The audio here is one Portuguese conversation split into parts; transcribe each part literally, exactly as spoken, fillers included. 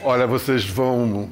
Olha, vocês vão...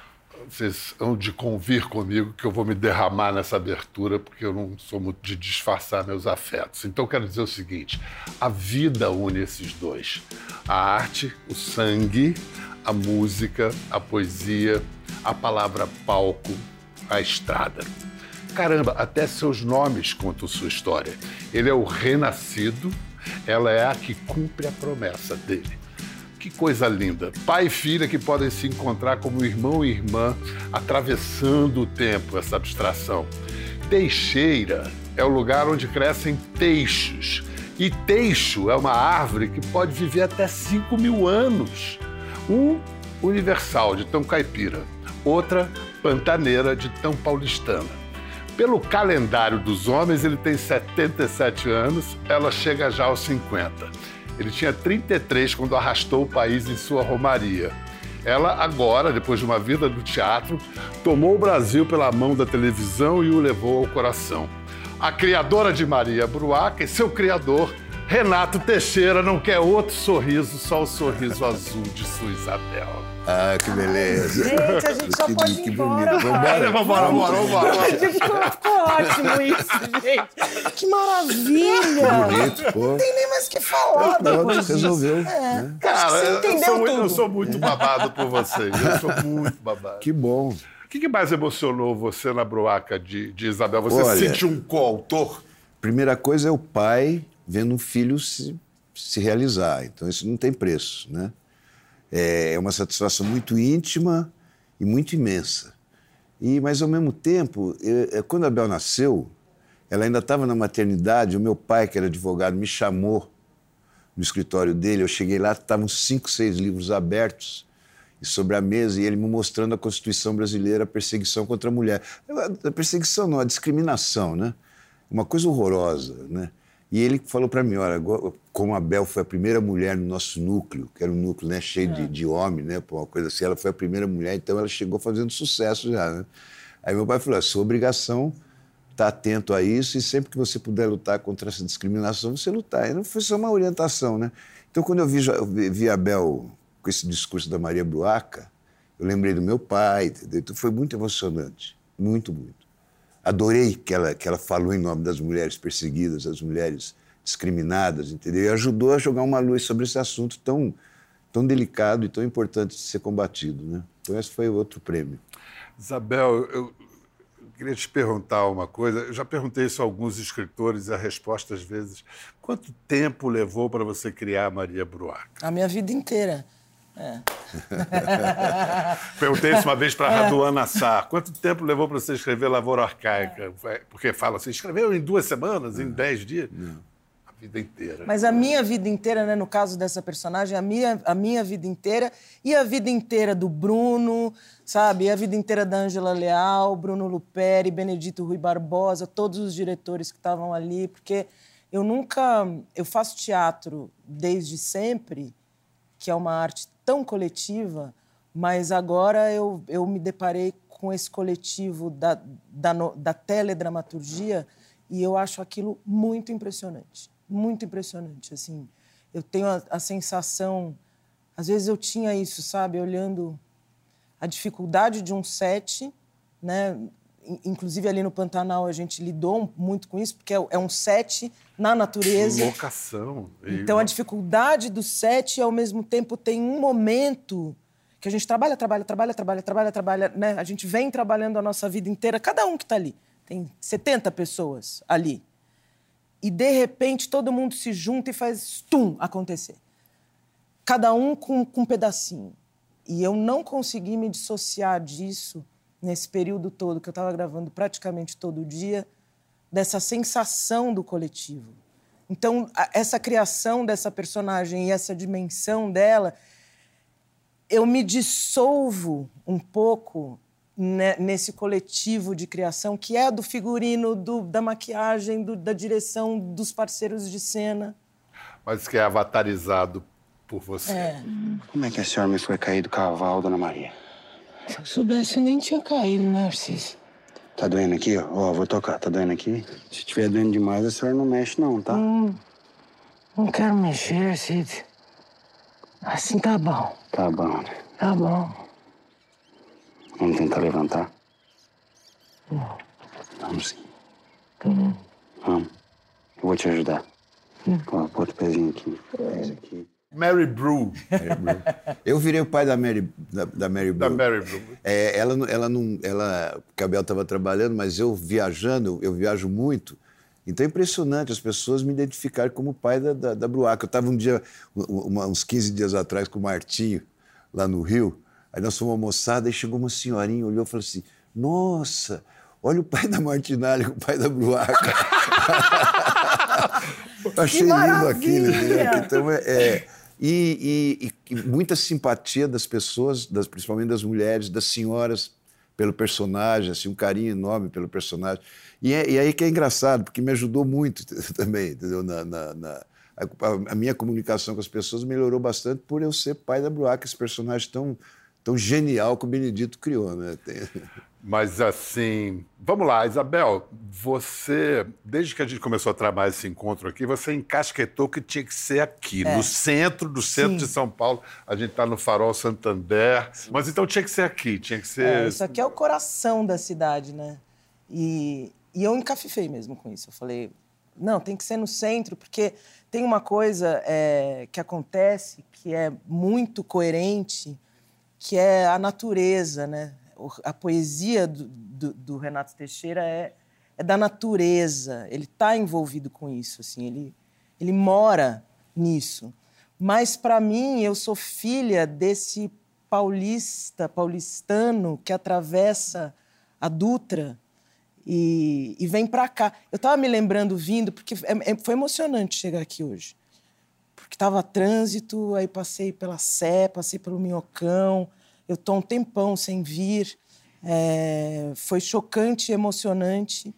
Vocês vão de convir comigo que eu vou me derramar nessa abertura, porque eu não sou muito de disfarçar meus afetos. Então, eu quero dizer o seguinte, a vida une esses dois. A arte, o sangue, a música, a poesia, a palavra palco, a estrada. Caramba, até seus nomes contam sua história. Ele é o renascido, ela é a que cumpre a promessa dele. Que coisa linda. Pai e filha que podem se encontrar como irmão e irmã, atravessando o tempo, essa abstração. Teixeira é o lugar onde crescem teixos. E teixo é uma árvore que pode viver até cinco mil anos. Um universal, de tão caipira. Outra pantaneira, de tão paulistana. Pelo calendário dos homens, ele tem setenta e sete anos, ela chega já aos cinquenta. Ele tinha trinta e três quando arrastou o país em sua romaria. Ela agora, depois de uma vida do teatro, tomou o Brasil pela mão da televisão e o levou ao coração. A criadora de Maria Bruaca e seu criador, Renato Teixeira, não quer outro sorriso, só o sorriso azul de sua Isabel. Ah, que beleza. Gente, a gente só que, pode que ir embora. bonito. Vambora, vambora, vambora, vambora. Ficou, ficou ótimo isso, gente. Que maravilha. Bonito, pô. Não tem nem mais o que falar Pronto, depois disso. resolveu. É. Né? Cara, Você eu entendeu sou, muito, tudo. eu sou muito babado por vocês. Eu sou muito babado. Que bom. O que, que mais emocionou você na Bruaca de, de Isabel? Você Olha, se sentiu um coautor? Primeira coisa é o pai vendo um filho se, se realizar. Então, isso não tem preço, né? É uma satisfação muito íntima e muito imensa. E, mas, ao mesmo tempo, eu, quando a Bel nasceu, ela ainda estava na maternidade, o meu pai, que era advogado, me chamou no escritório dele, eu cheguei lá, estavam cinco, seis livros abertos e sobre a mesa, e ele me mostrando a Constituição Brasileira, a perseguição contra a mulher. A perseguição não, a discriminação, né? Uma coisa horrorosa, né? E ele falou para mim, olha, como a Bel foi a primeira mulher no nosso núcleo, que era um núcleo, né, cheio é. de, de homem, né, uma coisa assim, ela foi a primeira mulher, então ela chegou fazendo sucesso já, né? Aí meu pai falou, a sua obrigação tá atento a isso e sempre que você puder lutar contra essa discriminação, você lutar. E não foi só uma orientação, né? Então, quando eu vi, eu vi a Bel com esse discurso da Maria Bruaca, eu lembrei do meu pai, entendeu? Então, foi muito emocionante, muito, muito. Adorei que ela, que ela falou em nome das mulheres perseguidas, das mulheres discriminadas, entendeu? E ajudou a jogar uma luz sobre esse assunto tão, tão delicado e tão importante de ser combatido, né? Então, esse foi outro prêmio. Isabel, eu queria te perguntar uma coisa. Eu já perguntei isso a alguns escritores e a resposta, às vezes... Quanto tempo levou para você criar a Maria Bruaca? A minha vida inteira. É. Perguntei isso uma vez para a Raduan Assar. Quanto tempo levou para você escrever Lavoura Arcaica? Porque fala assim, escreveu em duas semanas, em dez dias? Não. A vida inteira. Mas a minha vida inteira, né, no caso dessa personagem, a minha, a minha vida inteira e a vida inteira do Bruno, sabe? E a vida inteira da Ângela Leal, Bruno Luperi, Benedito Rui Barbosa, todos os diretores que estavam ali, porque eu nunca... Eu faço teatro desde sempre, que é uma arte tão coletiva, mas agora eu, eu me deparei com esse coletivo da, da, da teledramaturgia e eu acho aquilo muito impressionante, muito impressionante, assim. Eu tenho a, a sensação... Às vezes eu tinha isso, sabe? Olhando a dificuldade de um set, né? Inclusive ali no Pantanal a gente lidou muito com isso, porque é, é um set na natureza. Locação. Então a dificuldade do set e ao mesmo tempo tem um momento que a gente trabalha, trabalha, trabalha, trabalha, trabalha, trabalha, né? A gente vem trabalhando a nossa vida inteira, cada um que está ali. Tem setenta pessoas ali. E, de repente, todo mundo se junta e faz tum acontecer. Cada um com, com um pedacinho. E eu não consegui me dissociar disso nesse período todo, que eu estava gravando praticamente todo dia, dessa sensação do coletivo. Então, a, essa criação dessa personagem e essa dimensão dela, eu me dissolvo um pouco nesse coletivo de criação, que é do figurino, do, da maquiagem, do, da direção, dos parceiros de cena. Mas que é avatarizado por você. É. Como é que a senhora me foi cair do cavalo, dona Maria? Se eu soubesse, eu nem tinha caído, né, Narciso? Tá doendo aqui, ó? Ó, vou tocar. Tá doendo aqui? Se tiver doendo demais, a senhora não mexe, não, tá? Hum, não quero mexer, Cid. Assim tá bom. Tá bom, né? Tá bom. Vamos tentar levantar? Não. Vamos sim. Hum. Vamos. Eu vou te ajudar. Hum. Ó, bota o pezinho aqui. Pés aqui. Mary Brew. Mary Brew. Eu virei o pai da Mary, da, da Mary Brew. Da Mary Brew. É, ela, não- ela não... Ela, porque a Bel estava trabalhando, mas eu viajando, eu viajo muito. Então é impressionante, as pessoas me identificaram como pai da, da, da Bruaca. Eu estava um dia, uma, uns quinze dias atrás, com o Martinho, lá no Rio. Aí nós fomos almoçar, daí chegou uma senhorinha, olhou e falou assim, nossa, olha o pai da Martinalha com o pai da Bruaca. Eu achei lindo aquilo. Né? Então, é, é, e, e, e muita simpatia das pessoas, das, principalmente das mulheres, das senhoras, pelo personagem, assim, um carinho enorme pelo personagem. E, é, e aí que é engraçado, porque me ajudou muito também, entendeu? Na, na, na, a, a minha comunicação com as pessoas melhorou bastante por eu ser pai da Bruaca, esse personagem tão, tão genial que o Benedito criou, né? Tem... Mas assim, vamos lá, Isabel, você, desde que a gente começou a trabalhar esse encontro aqui, você encasquetou que tinha que ser aqui, É. no centro do centro Sim. de São Paulo. A gente está no Farol Santander, Sim. mas então tinha que ser aqui, tinha que ser... É, isso aqui é o coração da cidade, né? E, e eu encafifei mesmo com isso. Eu falei, não, tem que ser no centro, porque tem uma coisa é, que acontece que é muito coerente, que é a natureza, né? A poesia do, do, do Renato Teixeira é, é da natureza. Ele está envolvido com isso, assim. Ele, ele mora nisso. Mas, para mim, eu sou filha desse paulista, paulistano, que atravessa a Dutra e, e vem para cá. Eu estava me lembrando, vindo, porque é, é, foi emocionante chegar aqui hoje. Porque estava trânsito, aí passei pela Sé, passei pelo Minhocão. Eu estou um tempão sem vir. É, foi chocante, emocionante.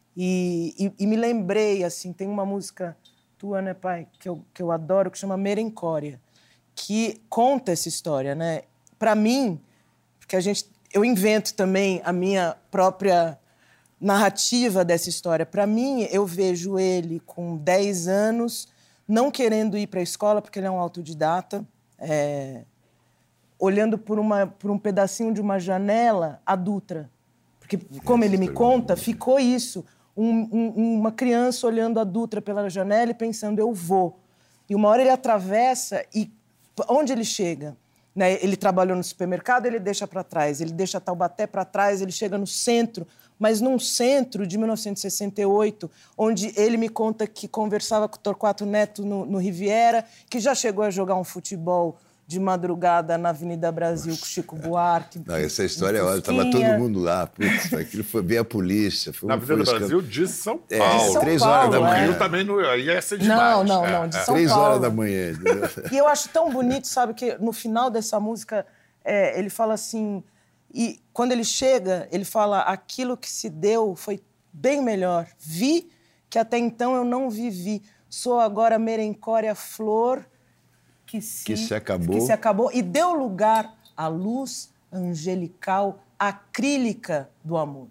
E, e, e me lembrei, assim, tem uma música tua, né, pai, que eu, que eu adoro, que chama Merencória, que conta essa história, né? Para mim, porque a gente, eu invento também a minha própria narrativa dessa história. Para mim, eu vejo ele com dez anos, não querendo ir para a escola, porque ele é um autodidata, é, olhando por, uma, por um pedacinho de uma janela a Dutra. Porque, como ele me conta, ficou isso. Um, um, uma criança olhando a Dutra pela janela e pensando, eu vou. E uma hora ele atravessa e onde ele chega? Né? Ele trabalhou no supermercado, ele deixa para trás. Ele deixa Taubaté para trás, ele chega no centro. Mas num centro de mil novecentos e sessenta e oito, onde ele me conta que conversava com o Torquato Neto no, no Riviera, que já chegou a jogar um futebol de madrugada na Avenida Brasil com Chico Buarque. Não, essa história é ótima. Estava todo mundo lá. Putz, aquilo foi bem a polícia. Foi na um, Avenida foi Brasil de São Paulo. É, de São três Paulo, horas da No manhã. Rio também não ia ser demais. Não, não, É, não, de é. São Três Paulo. horas da manhã. Entendeu? E eu acho tão bonito, sabe, que no final dessa música, é, ele fala assim... E quando ele chega, ele fala, aquilo que se deu foi bem melhor. Vi que até então eu não vivi. Sou agora merencória flor que se, Que se acabou. que se acabou e deu lugar à luz angelical, acrílica do amor.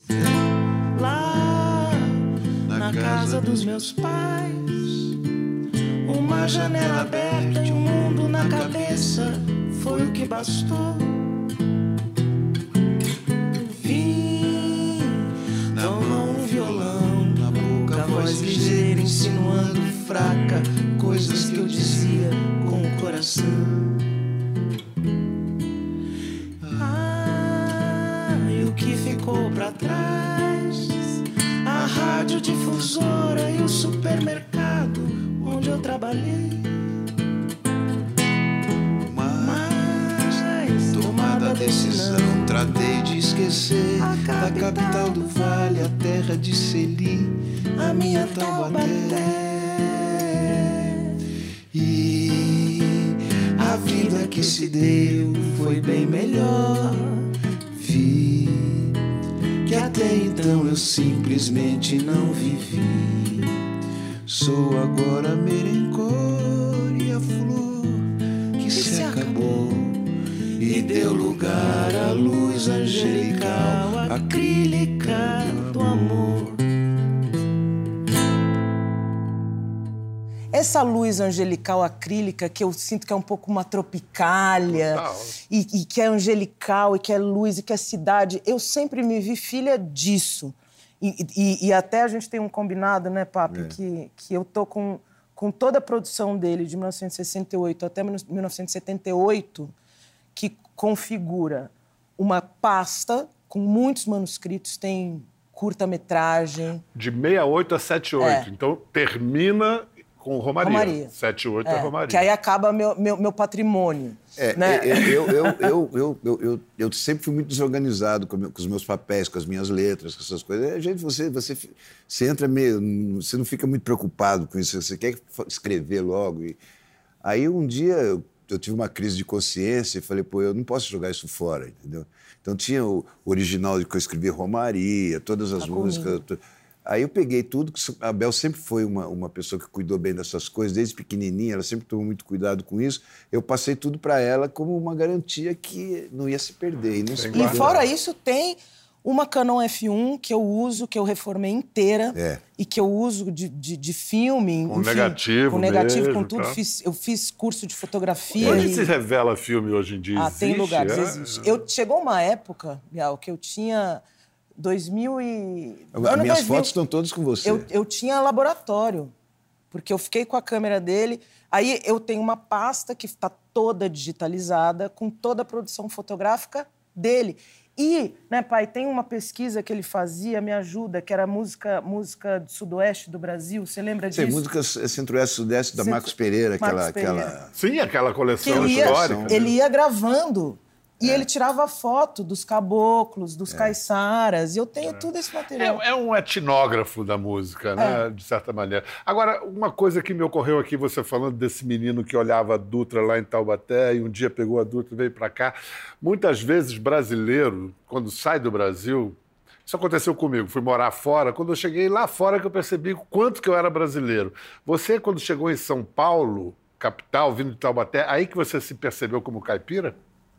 Lá na casa dos meus pais, uma janela aberta e um mundo na cabeça foi o que bastou. Vim, não um violão na boca, a voz ligeira insinuando fraca coisas que eu dizia com o coração. Ah, e o que ficou pra trás? A radiodifusora e o supermercado onde eu trabalhei. Mas, tomada a decisão, tratei de esquecer da capital do vale, a terra de Celi, a minha Taubaté. E a vida que se deu foi bem melhor. Vi que até então eu simplesmente não vivi. Sou agora merencória flor que se acabou e deu lugar à luz angelical, acrílica do amor. essa luz angelical acrílica que eu sinto que é um pouco uma tropicália e, e que é angelical e que é luz e que é cidade, eu sempre me vi filha disso. E, e, e até a gente tem um combinado, né, Papi, é. que, que eu tô com, com toda a produção dele de mil novecentos e sessenta e oito até mil novecentos e setenta e oito, que configura uma pasta com muitos manuscritos, tem curta-metragem. De sessenta e oito a setenta e oito. É. Então, termina com Romaria. Romaria. setenta e oito é, é Romaria. Que aí acaba meu, meu, meu patrimônio. É, né? eu, eu, eu, eu, eu, eu, eu, eu sempre fui muito desorganizado com, com os meus papéis, com as minhas letras, com essas coisas. A gente, você, você, você entra meio... Você não fica muito preocupado com isso. Você quer escrever logo. E... Aí, um dia, eu, eu tive uma crise de consciência e falei, pô, eu não posso jogar isso fora, entendeu? Então, tinha o original que eu escrevi, Romaria, todas as tá músicas... Comigo. Aí eu peguei tudo, que a Bel sempre foi uma, uma pessoa que cuidou bem dessas coisas, desde pequenininha, ela sempre tomou muito cuidado com isso. Eu passei tudo para ela como uma garantia que não ia se perder. E, não se e fora isso, tem uma Canon F um que eu uso, que eu reformei inteira é. e que eu uso de, de, de filme. Com enfim, negativo Com negativo, mesmo, com tudo. Tá? Fiz, eu fiz curso de fotografia. Onde e... se revela filme hoje em dia? Ah, existe, tem lugares, é? existe. Eu, chegou uma época, Bial, que eu tinha... dois mil e... As minhas dois mil, fotos estão todas com você. Eu, eu tinha laboratório, porque eu fiquei com a câmera dele. Aí eu tenho uma pasta que está toda digitalizada, com toda a produção fotográfica dele. E, né, pai, tem uma pesquisa que ele fazia, me ajuda, que era música, música do sudoeste do Brasil. Você lembra disso? Sim, música centro-oeste sudeste da Centro... Marcos Pereira, Marcos aquela, Pereira. aquela... Sim, aquela coleção ele ia, histórica. Ele ia gravando. E é. ele tirava foto dos caboclos, dos é. caiçaras, e eu tenho é. tudo esse material. É, é um etnógrafo da música, né? É. De certa maneira. Agora, uma coisa que me ocorreu aqui, você falando desse menino que olhava a Dutra lá em Taubaté e um dia pegou a Dutra e veio para cá. Muitas vezes, brasileiro, quando sai do Brasil... Isso aconteceu comigo, fui morar fora. Quando eu cheguei lá fora que eu percebi o quanto que eu era brasileiro. Você, quando chegou em São Paulo, capital, vindo de Taubaté, aí que você se percebeu como caipira?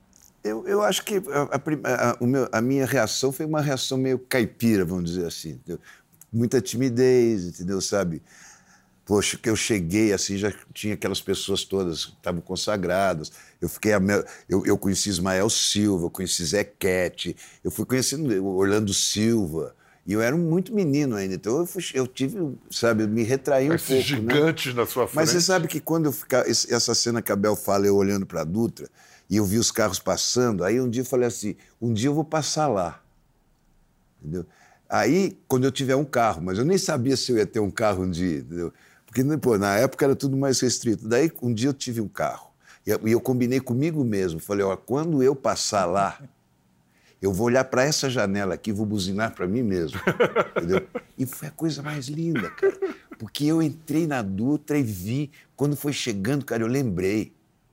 Eu, eu acho que a, a, a, meu, a minha reação foi uma reação meio caipira, vamos dizer assim. Entendeu? Muita timidez, entendeu? Sabe? Poxa, que eu cheguei assim, já tinha aquelas pessoas todas que estavam consagradas. Eu, fiquei a, eu, eu conheci Ismael Silva, eu conheci Zé Quete, eu fui conhecendo Orlando Silva. E eu era muito menino ainda, então eu, fui, eu tive, sabe, eu me retraí um Esses pouco. Esses gigantes né? na sua frente. Mas você sabe que quando eu ficava... Essa cena que a Bel fala, eu olhando para a Dutra, e eu vi os carros passando, aí um dia eu falei assim, um dia eu vou passar lá, entendeu? Aí, quando eu tiver um carro, mas eu nem sabia se eu ia ter um carro um dia, entendeu? Porque, pô, na época era tudo mais restrito. Daí, um dia eu tive um carro, e eu combinei comigo mesmo, falei, ó, quando eu passar lá, eu vou olhar para essa janela aqui e vou buzinar para mim mesmo, entendeu? E foi a coisa mais linda, cara, porque eu entrei na Dutra e vi, quando foi chegando, cara, eu lembrei.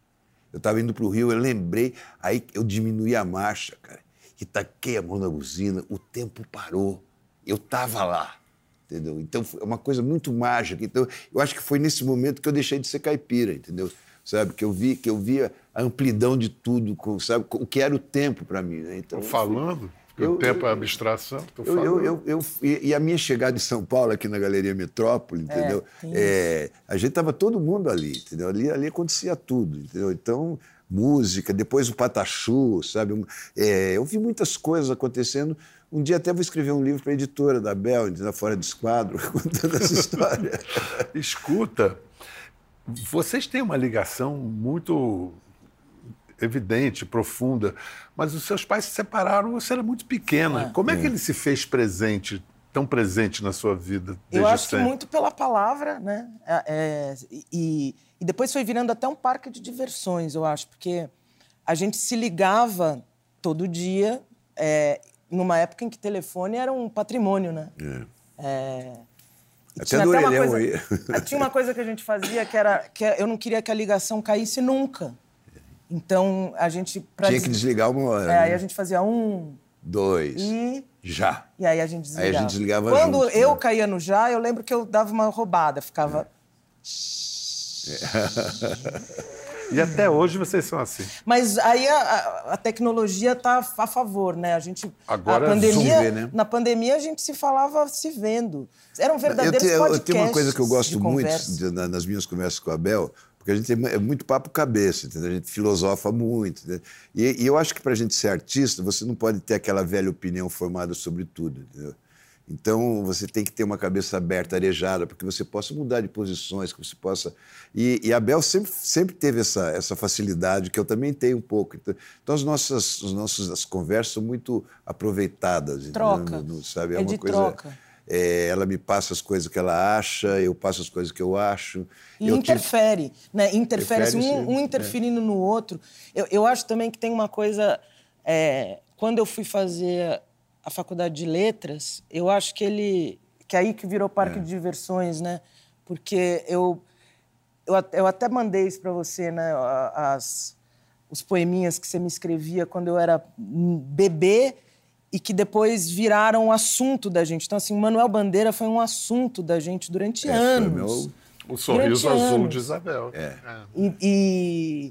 Eu estava indo para o Rio, eu lembrei, aí eu diminuí a marcha, cara, e taquei a mão na buzina, o tempo parou, eu estava lá, entendeu? Então, foi uma coisa muito mágica. Então, eu acho que foi nesse momento que eu deixei de ser caipira, entendeu? Sabe, que eu vi, que eu via a amplidão de tudo, sabe, o que era o tempo para mim, né? Então, tô falando, eu, o tempo eu, é abstração, tô eu, falando. Eu, eu, eu, e, e a minha chegada em São Paulo, aqui na Galeria Metrópole, entendeu? É, é, a gente estava todo mundo ali, entendeu? Ali, ali acontecia tudo, entendeu? Então, música, depois o Patachu, sabe? É, eu vi muitas coisas acontecendo. Um dia até vou escrever um livro para a editora da Bel, entendeu? Fora de Esquadro, contando essa história. Escuta, vocês têm uma ligação muito evidente, profunda, mas os seus pais se separaram, você era muito pequena. É. Como é que ele se fez presente, tão presente na sua vida desde Eu acho sempre? que muito pela palavra, né? É, é, e, e depois foi virando até um parque de diversões, eu acho, porque a gente se ligava todo dia, é, numa época em que telefone era um patrimônio, né? É. É, até do orelhão aí. Tinha uma coisa que a gente fazia que era que eu não queria que a ligação caísse nunca. Então, a gente... Tinha des... que desligar uma hora. É, né? aí a gente fazia um... Dois. E... Já. E aí a gente desligava. Aí a gente desligava Quando junto, eu né? caía no já, eu lembro que eu dava uma roubada. Ficava... É. E até hoje vocês são assim. Mas aí a, a tecnologia está a favor, né? A gente... Agora a pandemia, Zoom, né? Na pandemia a gente se falava se vendo. Eram verdadeiros eu, te, podcasts. eu tenho uma coisa que eu gosto muito de, de, nas minhas conversas com a Abel, porque a gente é muito papo cabeça, entendeu? A gente filosofa muito. Né? E, e eu acho que para a gente ser artista, você não pode ter aquela velha opinião formada sobre tudo, entendeu? Então, você tem que ter uma cabeça aberta, arejada, para que você possa mudar de posições, que você possa... E, e a Abel sempre, sempre teve essa, essa facilidade, que eu também tenho um pouco. Então, então as, nossas, as nossas as conversas são muito aproveitadas. Troca. Não, sabe? É, é uma de coisa, troca. É, ela me passa as coisas que ela acha, eu passo as coisas que eu acho. E eu interfere, tive... né? Interfere, assim, Interfere, um, um interferindo é. no outro. Eu, eu acho também que tem uma coisa... É, quando eu fui fazer... a faculdade de letras, eu acho que ele... que é aí que virou parque é. de diversões, né? Porque eu... Eu, eu até mandei isso para você, né? As, os poeminhas que você me escrevia quando eu era bebê e que depois viraram um assunto da gente. Então, assim, o Manuel Bandeira foi um assunto da gente durante é, anos. Meu... O sorriso azul anos. de Isabel. É. É. E... e...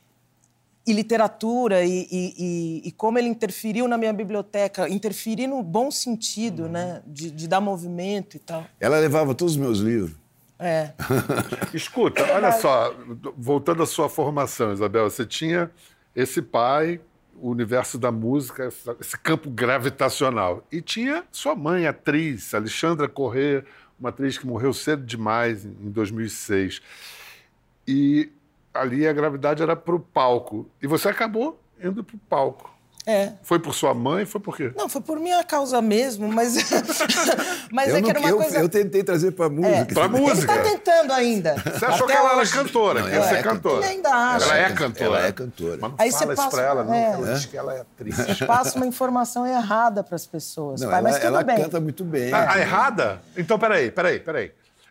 E literatura, e, e, e, e como ele interferiu na minha biblioteca, interferir no bom sentido, uhum. né? De, de dar movimento e tal. Ela levava todos os meus livros. É. Escuta, olha só, voltando à sua formação, Isabel, você tinha esse pai, o universo da música, esse campo gravitacional. E tinha sua mãe, atriz, Alexandra Corrêa, uma atriz que morreu cedo demais, em dois mil e seis. E... ali a gravidade era para o palco. E você acabou indo para o palco. É. Foi por sua mãe? Foi por quê? Não, foi por minha causa mesmo, mas... mas eu é não, que era uma eu, coisa... Eu tentei trazer para a música. É. Para a música? Ele está tentando ainda. Você achou Até que ela hoje. era cantora, Não, que ia ser é cantora. Ele ainda acha. Ela é cantora. Ela é cantora. Mas não Aí fala você isso passa... para ela, não. É. Ela diz que ela é atriz. Você passa uma informação errada para as pessoas. Não, pai, ela mas tudo ela bem. canta muito bem. A, a errada? Então, peraí, peraí, peraí.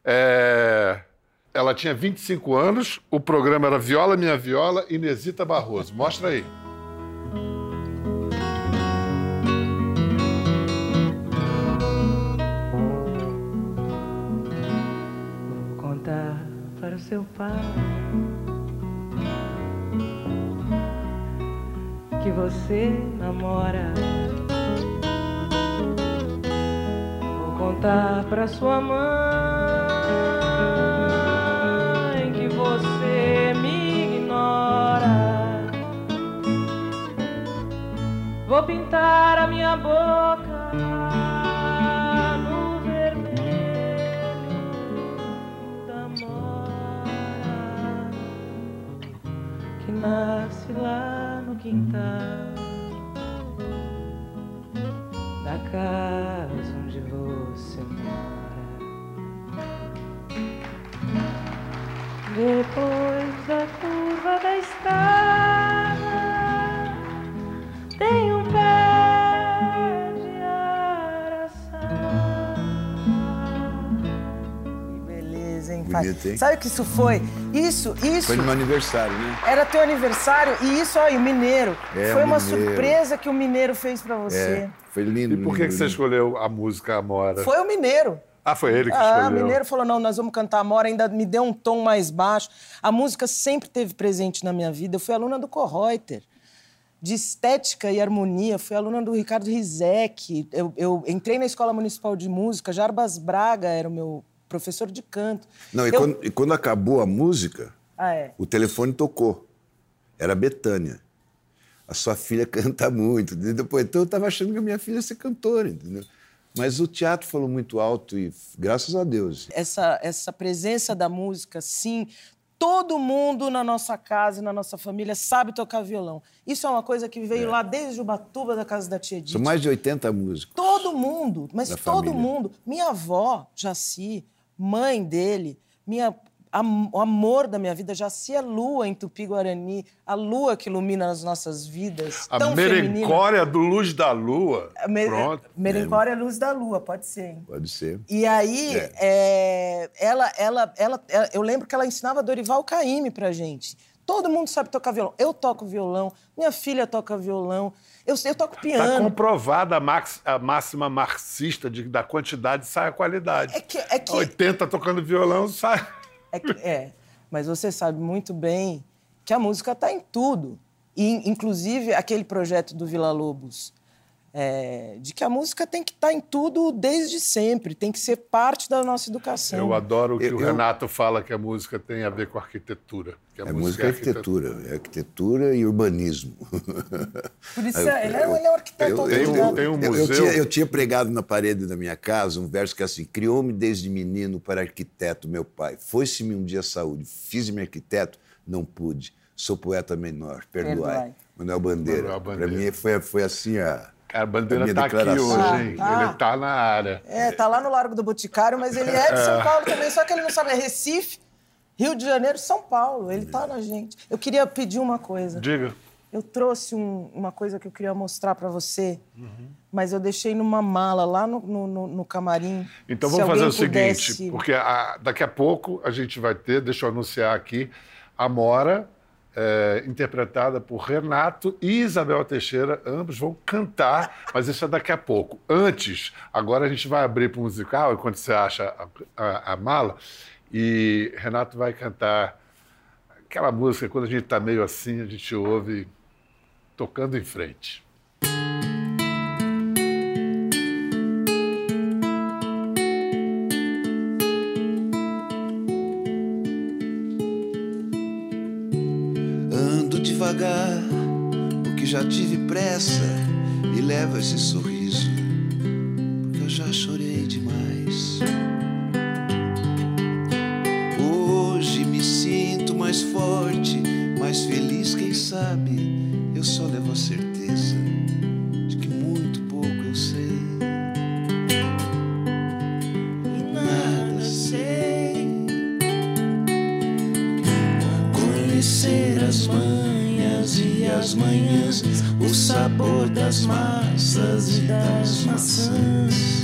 É... Ela tinha vinte e cinco anos, o programa era Viola Minha Viola, Inesita Barroso. Mostra aí. Vou contar para o seu pai que você namora. Vou contar para sua mãe que você me ignora. Vou pintar a minha boca no vermelho da mora que nasce lá no quintal da casa onde você mora. Depois da curva da estrada tem um pé de araçá. Que beleza, hein, pai? Bonito, hein? Sabe o que isso foi? Isso, isso... Foi no meu aniversário, né? Era teu aniversário e isso, olha, o Mineiro. É, foi o uma Mineiro. surpresa que o Mineiro fez pra você. É, foi lindo. E por que, lindo, que você lindo. escolheu a música Amora? Foi o Mineiro. Ah, foi ele que Ah, escolheu. o Mineiro falou, não, nós vamos cantar Amora, ainda me deu um tom mais baixo. A música sempre esteve presente na minha vida. Eu fui aluna do Korreuter, de estética e harmonia. Fui aluna do Ricardo Rizek. Eu, eu entrei na Escola Municipal de Música. Jarbas Braga era o meu professor de canto. Não, e, Eu- quando, e quando acabou a música, Ah, é? o telefone tocou. Era a Betânia. A sua filha canta muito. Entendeu? Depois, então eu estava achando que a minha filha ia ser cantora, entendeu? Mas o teatro falou muito alto e, graças a Deus. Essa, essa presença da música, sim. Todo mundo na nossa casa e na nossa família sabe tocar violão. Isso é uma coisa que veio lá desde Ubatuba, da casa da tia Edith. São mais de oitenta músicos. Todo mundo, mas Da todo família. mundo. Minha avó, Jaci, mãe dele, minha, am- o amor da minha vida, Jaci é lua em Tupi-Guarani, a lua que ilumina as nossas vidas. A tão feminina. merencória do Luz da Lua. A me- Pronto. Merencória é luz da lua, pode ser, hein? Pode ser. E aí, é, ela, ela, ela, ela- eu lembro que ela ensinava Dorival Caymmi pra gente. Todo mundo sabe tocar violão. Eu toco violão, minha filha toca violão, eu, eu toco Está piano. comprovada a, max- a máxima marxista de que da quantidade sai a qualidade. É que, é que, oitenta tocando violão sai. é que- é, mas você sabe muito bem que a música está em tudo. E, inclusive, aquele projeto do Vila Lobos, é, de que a música tem que estar tá em tudo desde sempre, tem que ser parte da nossa educação. Eu adoro que eu, o eu... Renato fala que a música tem a ver com arquitetura. Que a é música música é arquitetura, arquitetura, é arquitetura e urbanismo. Por isso, eu, ele, é, ele é um arquiteto. Eu, tem, um, tem um museu... Eu, eu, tinha, eu tinha pregado na parede da minha casa um verso que é assim: criou-me desde menino para arquiteto, meu pai. Foi-se-me um dia saúde, fiz-me arquiteto, não pude. Sou poeta menor, perdoai. perdoai. Manuel Bandeira. Manuel Bandeira. Para mim foi, foi assim a... Cara, a Bandeira tá aqui hoje, hein? Ah, ele tá na área. É, tá lá no Largo do Boticário, mas ele é de São Paulo também, só que ele não sabe, é Recife, Rio de Janeiro, São Paulo. Ele tá na gente. Eu queria pedir uma coisa. Diga. Eu trouxe um, uma coisa que eu queria mostrar pra você, uhum. mas eu deixei numa mala lá no, no, no camarim. Então vamos fazer o pudesse... seguinte, porque a, daqui a pouco a gente vai ter, deixa eu anunciar aqui, a Mora... É, interpretada por Renato e Isabel Teixeira, ambos vão cantar, mas isso é daqui a pouco. Antes, agora a gente vai abrir para o musical, enquanto você acha a, a, a mala, e Renato vai cantar aquela música, quando a gente está meio assim, a gente ouve tocando em frente. Devagar, porque já tive pressa, e levo esse sorriso, porque eu já chorei demais. Hoje me sinto mais forte, mais feliz, quem sabe, eu só levo a certeza de que muito pouco eu sei. E nada sei. Conhecer as mães e as manhãs, o sabor das massas e das maçãs.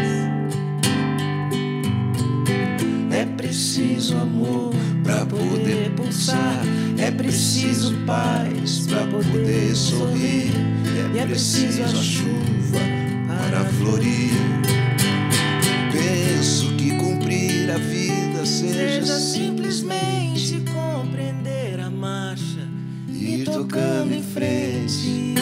É preciso amor pra poder pulsar, é preciso paz pra poder sorrir, e é preciso a chuva para florir. Penso que cumprir a vida seja simplesmente compreender a marcha e tocando em frente,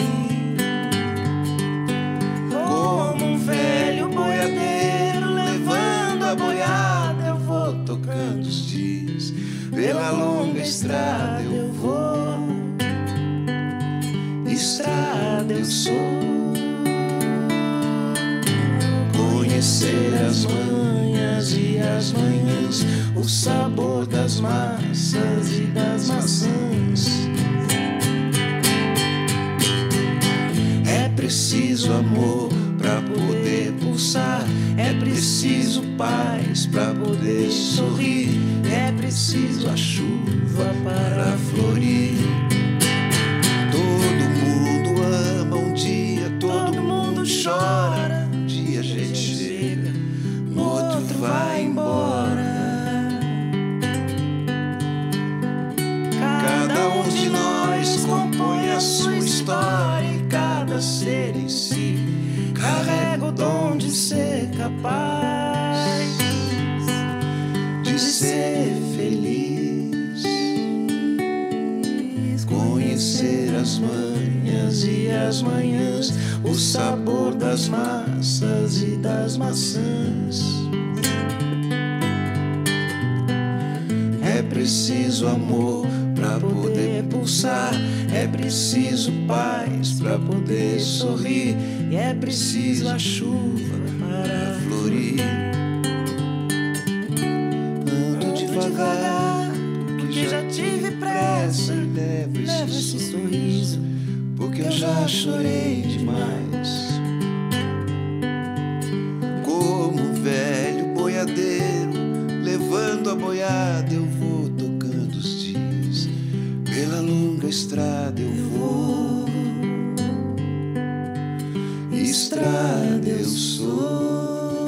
como um velho boiadeiro levando a boiada, eu vou tocando os dias, pela longa estrada eu vou, estrada eu sou. Conhecer as manhas e as manhãs, o sabor das massas e das maçãs. É preciso amor pra poder pulsar, é preciso paz pra poder sorrir, é preciso a chuva para florir. Todo mundo ama um dia, todo mundo chora, um dia a gente chega, no outro vai embora. Cada um de nós compõe a sua história, e cada ser em si carrega o dom de ser capaz de ser feliz. Conhecer as manhas e as manhãs, o sabor das massas e das maçãs. É preciso amor pra poder pulsar, é preciso paz pra poder sorrir, e é preciso a chuva para florir. Ando devagar, porque já tive pressa, e levo esse sorriso, porque eu já chorei demais. Como um velho boiadeiro levando a boiada, eu vou tocando os dias, pela longa estrada eu vou, estrada eu sou.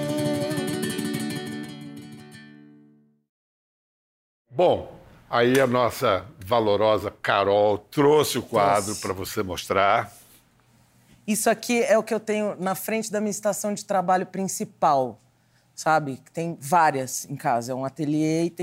Bom, aí a nossa valorosa Carol trouxe o quadro para você mostrar. Isso aqui é o que eu tenho na frente da minha estação de trabalho principal, sabe? Tem várias em casa, é um ateliê e tem...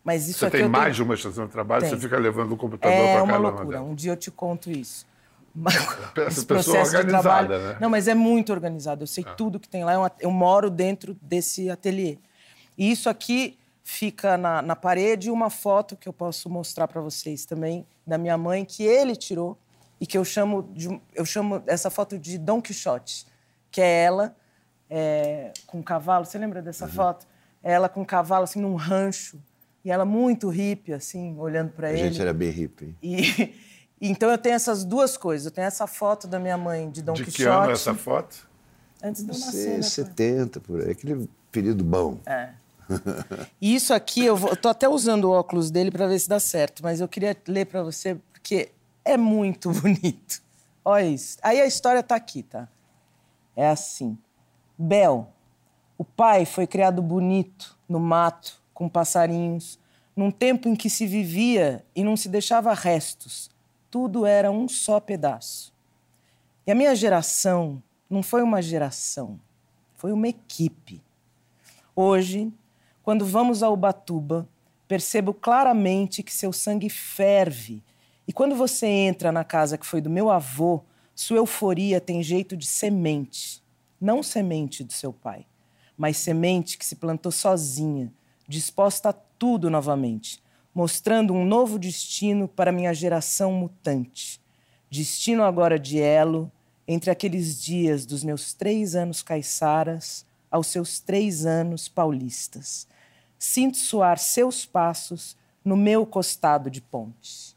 Mas isso Você aqui tem eu mais tenho... de uma estação de trabalho, Tem. você fica levando o computador É para uma cada uma loucura. delas. Um dia eu te conto isso. Mas, Essa esse pessoa processo de organizada, trabalho... né? Não, mas é muito organizado. Eu sei Ah. tudo que tem lá. Eu, eu moro dentro desse ateliê. E isso aqui fica na, na parede, uma foto que eu posso mostrar para vocês também, da minha mãe, que ele tirou, e que eu chamo, de, eu chamo essa foto de Dom Quixote, que é ela é, com um cavalo. Você lembra dessa uhum. foto? Ela com um cavalo, assim, num rancho, e ela muito hippie, assim, olhando para ele. A gente era bem hippie. E, então eu tenho essas duas coisas. Eu tenho essa foto da minha mãe de Dom de Quixote. De que ano é essa foto? Antes de eu Você, nascer, né, setenta, por aí. Aquele período bom. É. E isso aqui, eu, vou, eu tô até usando o óculos dele para ver se dá certo, mas eu queria ler para você, porque é muito bonito. Olha isso. Aí a história tá aqui, tá? É assim. Bel, o pai foi criado bonito, no mato, com passarinhos, num tempo em que se vivia e não se deixava restos. Tudo era um só pedaço. E a minha geração não foi uma geração, foi uma equipe. Hoje, quando vamos a Ubatuba, percebo claramente que seu sangue ferve. E quando você entra na casa que foi do meu avô, sua euforia tem jeito de semente. Não semente do seu pai, mas semente que se plantou sozinha, disposta a tudo novamente, mostrando um novo destino para minha geração mutante. Destino agora de elo entre aqueles dias dos meus três anos caiçaras aos seus três anos paulistas. Sinto soar seus passos no meu costado de ponte.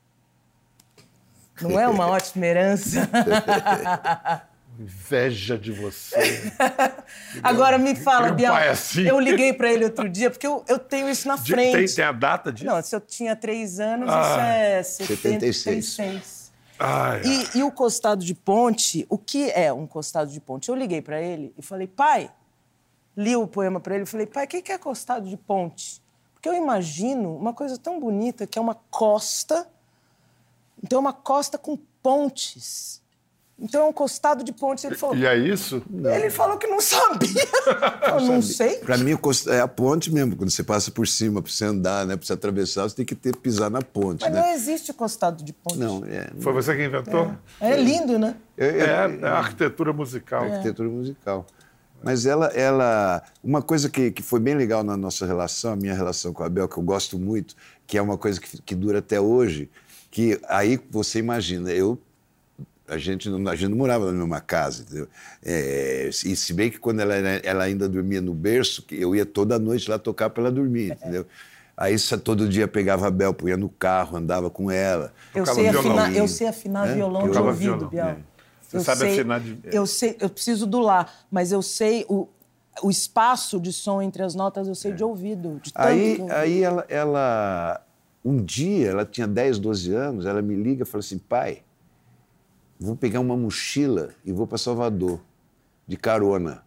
Não é uma ótima herança? Inveja de você. Agora me fala, um Bial. Assim. Eu liguei para ele outro dia, porque eu, eu tenho isso na de, frente. Tem, tem a data disso? Não, se eu tinha três anos, ah, isso é setenta e seis. Ai, ai. E, e o costado de ponte, o que é um costado de ponte? Eu liguei para ele e falei, pai, li o poema para ele e falei, pai, o que é costado de ponte? Porque eu imagino uma coisa tão bonita que é uma costa, então é uma costa com pontes. Então é um costado de ponte. Ele falou, e é isso? Não. Ele falou que não sabia. Eu não sei. Para mim, é a ponte mesmo. Quando você passa por cima, para você andar, né, para você atravessar, você tem que ter, pisar na ponte. Mas né? não existe costado de ponte. Não, é, não... Foi você que inventou? É, é lindo, né? É, é, é a arquitetura musical. É a arquitetura musical. Mas ela, ela... Uma coisa que, que foi bem legal na nossa relação, a minha relação com a Bel, que eu gosto muito, que é uma coisa que, que dura até hoje, que aí você imagina, eu... A gente, não, a gente não morava na mesma casa, entendeu? É, e se bem que quando ela, ela ainda dormia no berço, eu ia toda noite lá tocar para ela dormir, entendeu? Aí todo dia pegava a Bel, punha no carro, andava com ela. Eu sei, afinar, eu sei afinar é? violão de ouvido, violão. Bial. É. Você eu sabe sei, afinar de... Eu sei, eu preciso do lá, mas eu sei o, o espaço de som entre as notas, eu sei é. de ouvido, de tanto Aí, que eu... aí ela, ela... Um dia, ela tinha dez, doze anos, ela me liga e fala assim, pai... Vou pegar uma mochila e vou para Salvador, de carona.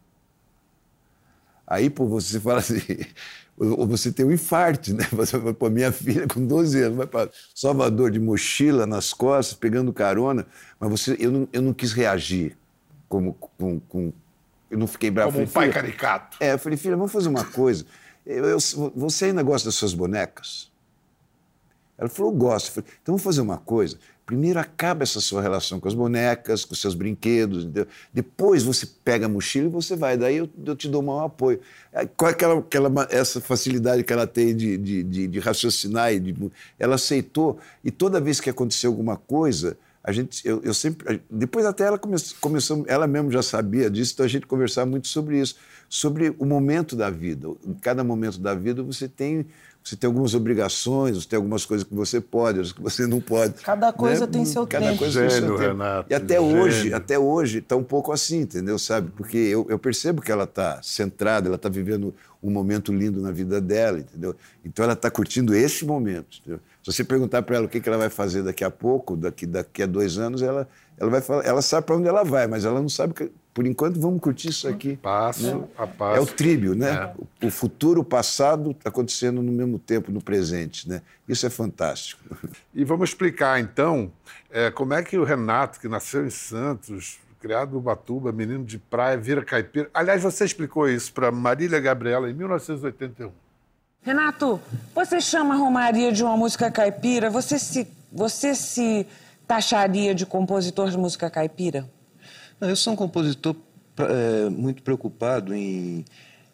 Aí, pô, você fala assim, ou você tem um infarto, né? Você vai pôr minha filha com doze anos, vai para Salvador de mochila nas costas, pegando carona, mas você, eu, não, eu não quis reagir como, com, com... Eu não fiquei bravo. Como um pai caricato. É, eu falei, filha, vamos fazer uma coisa. Eu, eu, você ainda gosta das suas bonecas? Ela falou, gosto. Eu falei, então vamos fazer uma coisa. Primeiro acaba essa sua relação com as bonecas, com os seus brinquedos. Entendeu? Depois você pega a mochila e você vai. Daí eu, eu te dou um maior apoio. Qual é aquela, aquela, essa facilidade que ela tem de, de, de, de raciocinar? E de, ela aceitou. E toda vez que aconteceu alguma coisa, a gente, eu, eu sempre... Depois até ela come, começou... Ela mesmo já sabia disso, então a gente conversava muito sobre isso. Sobre o momento da vida. Em cada momento da vida você tem... Você tem algumas obrigações, você tem algumas coisas que você pode, outras que você não pode. Cada coisa né? tem seu Cada tempo. Coisa tem Gênio, seu tempo. Renato, e até gênio. hoje, até hoje está um pouco assim, entendeu? Sabe? Porque eu, eu percebo que ela está centrada, ela está vivendo um momento lindo na vida dela, entendeu? Então ela está curtindo esse momento, entendeu? Se você perguntar para ela o que, que ela vai fazer daqui a pouco, daqui, daqui a dois anos, ela, ela vai falar, ela sabe para onde ela vai, mas ela não sabe que, por enquanto, vamos curtir isso aqui. Passo né? a passo. É o tríbio, né? É. O, o futuro, o passado acontecendo no mesmo tempo, no presente, né? Isso é fantástico. E vamos explicar, então, é, como é que o Renato, que nasceu em Santos, criado no Ubatuba, menino de praia, vira caipira. Aliás, você explicou isso para Marília Gabriela em mil novecentos e oitenta e um. Renato, você chama Romaria de uma música caipira, você se, você se taxaria de compositor de música caipira? Não, eu sou um compositor é, muito preocupado em,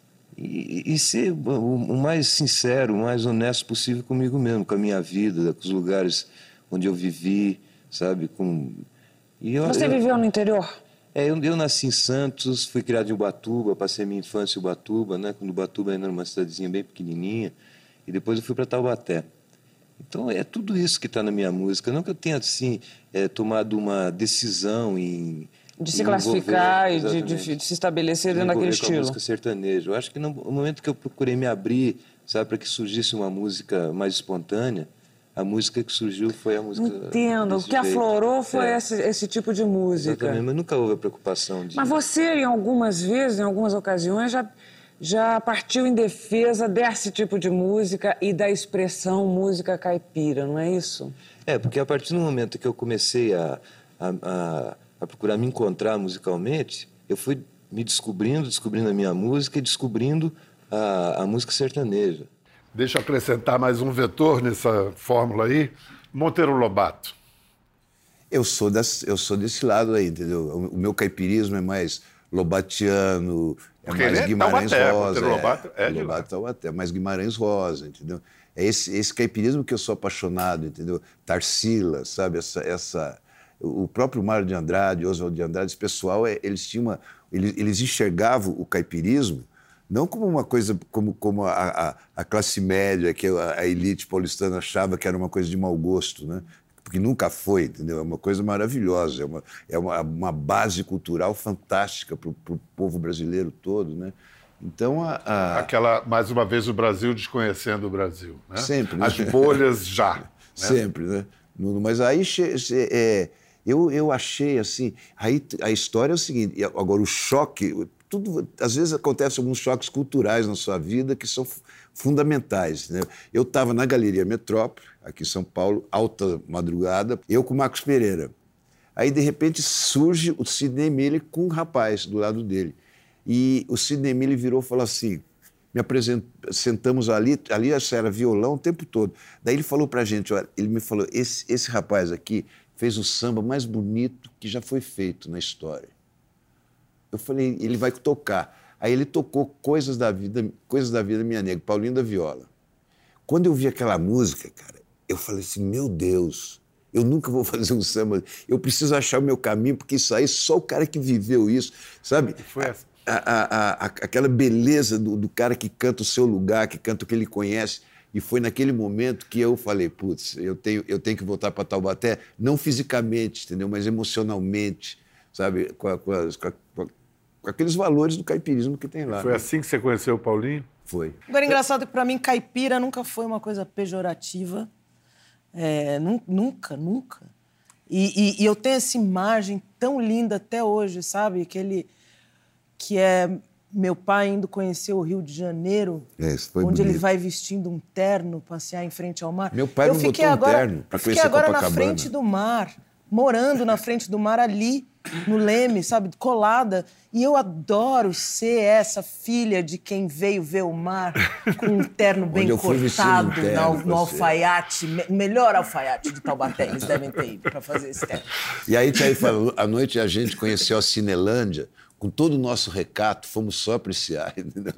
em, em ser o, o mais sincero, o mais honesto possível comigo mesmo, com a minha vida, com os lugares onde eu vivi, sabe? Com... E eu, você eu, viveu no interior? É, eu, eu nasci em Santos, fui criado em Ubatuba, passei minha infância em Ubatuba, né? Quando Ubatuba ainda era uma cidadezinha bem pequenininha, e depois eu fui para Taubaté. Então é tudo isso que está na minha música. Não que eu tenha assim é, tomado uma decisão em de se em classificar envolver, e de, de, de se estabelecer de naquele com estilo. A música sertaneja. Eu acho que no momento que eu procurei me abrir, sabe, para que surgisse uma música mais espontânea, a música que surgiu foi a música... Entendo. O que aflorou foi é. esse, esse tipo de música. Exatamente, mas nunca houve a preocupação de... Mas você, em algumas vezes, em algumas ocasiões, já, já partiu em defesa desse tipo de música e da expressão música caipira, não é isso? É, porque a partir do momento que eu comecei a, a, a, a procurar me encontrar musicalmente, eu fui me descobrindo, descobrindo a minha música e descobrindo a, a música sertaneja. Deixa eu acrescentar mais um vetor nessa fórmula aí. Monteiro Lobato. Eu sou, das, eu sou desse lado aí, entendeu? O meu caipirismo é mais lobatiano, é Porque mais é Guimarães Taubaté, Rosa. Monteiro Lobato é, é de Lobato Taubaté, mais Guimarães Rosa, entendeu? É esse, esse caipirismo que eu sou apaixonado, entendeu? Tarsila, sabe? Essa, essa, o próprio Mário de Andrade, Oswald de Andrade, esse pessoal, é, eles tinham uma, eles, eles enxergavam o caipirismo não como uma coisa, como, como a, a, a classe média, que a, a elite paulistana achava que era uma coisa de mau gosto, né? Porque nunca foi, entendeu? É uma coisa maravilhosa, é uma, é uma, uma base cultural fantástica para o povo brasileiro todo, né? Então, a, a... Aquela, mais uma vez, o Brasil desconhecendo o Brasil, né? Sempre, né? As bolhas já. Né? Sempre, né? Mas aí, é, eu, eu achei, assim, aí a história é o seguinte, agora o choque... Tudo, às vezes acontecem alguns choques culturais na sua vida que são fundamentais, né? Eu estava na Galeria Metrópole, aqui em São Paulo, alta madrugada, eu com o Marcos Pereira. Aí, de repente, surge o Sidney Miller com um rapaz do lado dele. E o Sidney Miller virou e falou assim, me apresentou, sentamos ali, ali era violão o tempo todo. Daí ele falou pra gente, olha, ele me falou, esse, esse rapaz aqui fez o samba mais bonito que já foi feito na história. Eu falei, ele vai tocar. Aí ele tocou Coisas da Vida, Coisas da Vida Minha Negra, Paulinho da Viola. Quando eu vi aquela música, cara, eu falei assim, meu Deus, eu nunca vou fazer um samba, eu preciso achar o meu caminho, porque isso aí, só o cara que viveu isso, sabe? Foi essa. A, a, a, a, aquela beleza do, do cara que canta o seu lugar, que canta o que ele conhece. E foi naquele momento que eu falei, putz, eu tenho, eu tenho que voltar para Taubaté, não fisicamente, entendeu? Mas emocionalmente, sabe? Com, a, com, as, com, a, com aqueles valores do caipirismo que tem lá. Foi né? assim que você conheceu o Paulinho? Foi. Agora, é engraçado que, para mim, caipira nunca foi uma coisa pejorativa. É, nunca, nunca. E, e, e eu tenho essa imagem tão linda até hoje, sabe? Que, ele, que é meu pai indo conhecer o Rio de Janeiro, é, isso foi onde bonito. Ele vai vestindo um terno, passear em frente ao mar. Meu pai eu não fiquei botou agora, um terno para conhecer Eu fiquei agora Copacabana. na frente do mar, morando na frente do mar ali, no Leme, sabe, colada. E eu adoro ser essa filha de quem veio ver o mar com um terno bem cortado um terno, no, no alfaiate, me, melhor alfaiate de Taubaté, eles devem ter ido para fazer esse terno. E aí, aí falou, à noite a gente conheceu a Cinelândia, com todo o nosso recato, fomos só apreciar.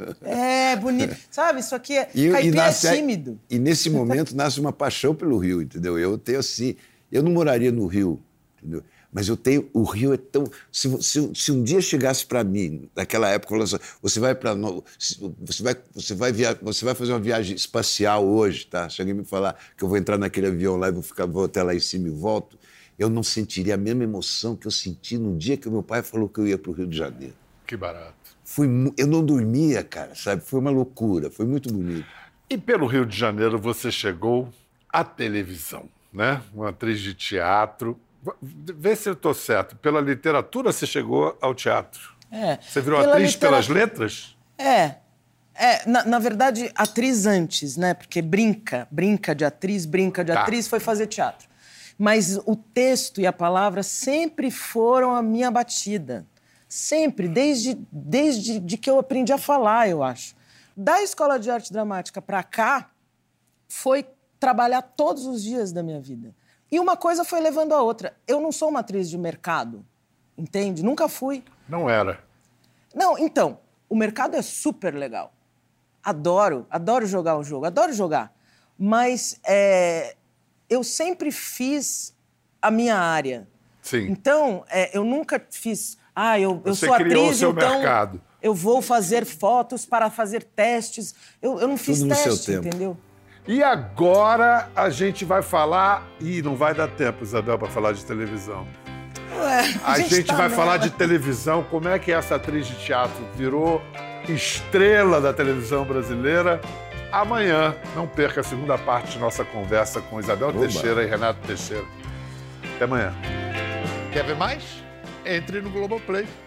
É, bonito. Sabe, isso aqui é... E, caipira e nasce, é tímido. E nesse momento nasce uma paixão pelo Rio, entendeu? Eu tenho assim... Eu não moraria no Rio, entendeu? Mas eu tenho... O Rio é tão... Se, se, se um dia chegasse para mim, naquela época, falando assim, você vai para... Você vai, você, vai via, você vai fazer uma viagem espacial hoje, tá? Se alguém me falar que eu vou entrar naquele avião lá e vou, ficar, vou até lá em cima e volto, eu não sentiria a mesma emoção que eu senti no dia que o meu pai falou que eu ia para o Rio de Janeiro. Que barato. Fui, eu não dormia, cara, sabe? Foi uma loucura, foi muito bonito. E pelo Rio de Janeiro você chegou à televisão, né? Uma atriz de teatro. Vê se eu estou certo. Pela literatura você chegou ao teatro. É. Você virou Pela atriz literatura... pelas letras? É. É, na, na verdade, atriz antes, né? Porque brinca, brinca de atriz, brinca de Tá. atriz, foi fazer teatro. Mas o texto e a palavra sempre foram a minha batida. Sempre, desde, desde de que eu aprendi a falar, eu acho. Da Escola de Arte Dramática pra cá, foi trabalhar todos os dias da minha vida. E uma coisa foi levando a outra. Eu não sou uma atriz de mercado, entende? Nunca fui. Não era. Não, então, o mercado é super legal. Adoro, adoro jogar o jogo, adoro jogar. Mas é, eu sempre fiz a minha área. Sim. Então, é, eu nunca fiz... Ah, eu, eu Você sou criou atriz, o seu então mercado. eu vou fazer fotos para fazer testes. Eu, eu não fiz Tudo no seu teste, tempo. entendeu? E agora a gente vai falar... Ih, não vai dar tempo, Isabel, para falar de televisão. Ué, A gente, tá vai nela. falar de televisão, como é que essa atriz de teatro virou estrela da televisão brasileira. Amanhã, não perca a segunda parte de nossa conversa com Isabel Oba. Teixeira e Renato Teixeira. Até amanhã. Quer ver mais? Entre no Globoplay.